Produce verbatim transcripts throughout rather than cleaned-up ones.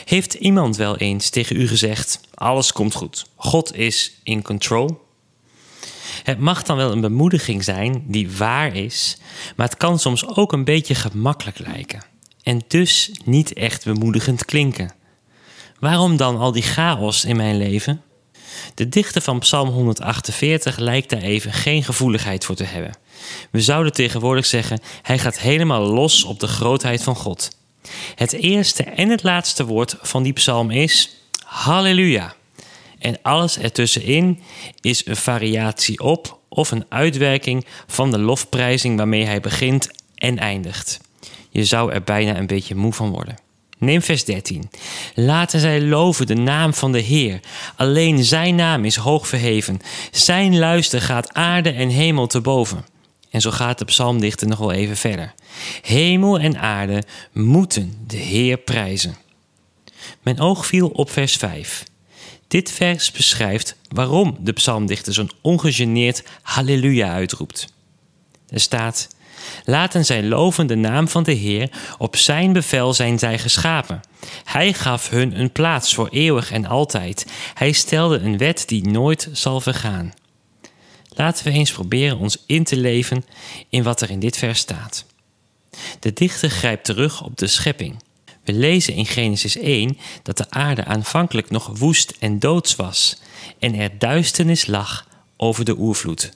Heeft iemand wel eens tegen u gezegd: alles komt goed, God is in control? Het mag dan wel een bemoediging zijn die waar is, maar het kan soms ook een beetje gemakkelijk lijken en dus niet echt bemoedigend klinken. Waarom dan al die chaos in mijn leven? De dichter van Psalm honderdachtenveertig lijkt daar even geen gevoeligheid voor te hebben. We zouden tegenwoordig zeggen, hij gaat helemaal los op de grootheid van God. Het eerste en het laatste woord van die psalm is halleluja. En alles ertussenin is een variatie op of een uitwerking van de lofprijzing waarmee hij begint en eindigt. Je zou er bijna een beetje moe van worden. Neem vers dertien. Laten zij loven de naam van de Heer. Alleen zijn naam is hoog verheven. Zijn luister gaat aarde en hemel te boven. En zo gaat de psalmdichter nog wel even verder. Hemel en aarde moeten de Heer prijzen. Mijn oog viel op vers vijf. Dit vers beschrijft waarom de psalmdichter zo'n ongegeneerd halleluja uitroept. Er staat: laten zij loven de naam van de Heer, op zijn bevel zijn zij geschapen. Hij gaf hun een plaats voor eeuwig en altijd. Hij stelde een wet die nooit zal vergaan. Laten we eens proberen ons in te leven in wat er in dit vers staat. De dichter grijpt terug op de schepping. We lezen in Genesis één dat de aarde aanvankelijk nog woest en doods was en er duisternis lag over de oervloed.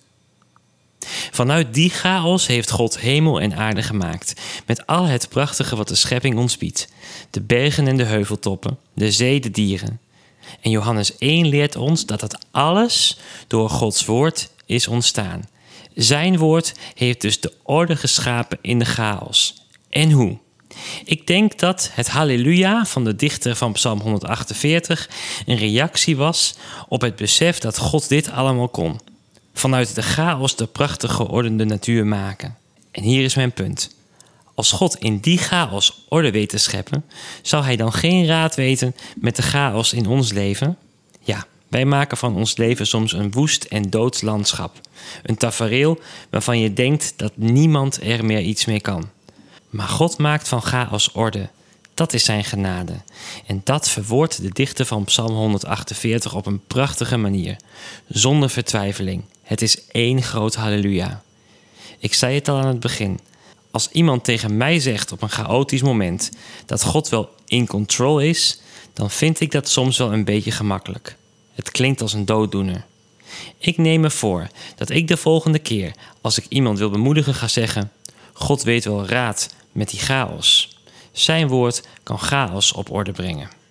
Vanuit die chaos heeft God hemel en aarde gemaakt, met al het prachtige wat de schepping ons biedt. De bergen en de heuveltoppen, de zee, de dieren. En Johannes één leert ons dat dat alles door Gods woord is ontstaan. Zijn woord heeft dus de orde geschapen in de chaos. En hoe? Ik denk dat het halleluja van de dichter van Psalm honderdachtenveertig een reactie was op het besef dat God dit allemaal kon. Vanuit de chaos de prachtig geordende natuur maken. En hier is mijn punt. Als God in die chaos orde weet te scheppen, zou hij dan geen raad weten met de chaos in ons leven? Ja, wij maken van ons leven soms een woest en doods landschap. Een tafereel waarvan je denkt dat niemand er meer iets mee kan. Maar God maakt van chaos orde. Dat is zijn genade. En dat verwoordt de dichter van Psalm honderdachtenveertig op een prachtige manier. Zonder vertwijfeling. Het is één groot halleluja. Ik zei het al aan het begin. Als iemand tegen mij zegt op een chaotisch moment dat God wel in control is, dan vind ik dat soms wel een beetje gemakkelijk. Het klinkt als een dooddoener. Ik neem me voor dat ik de volgende keer, als ik iemand wil bemoedigen, ga zeggen: God weet wel raad met die chaos. Zijn woord kan chaos op orde brengen.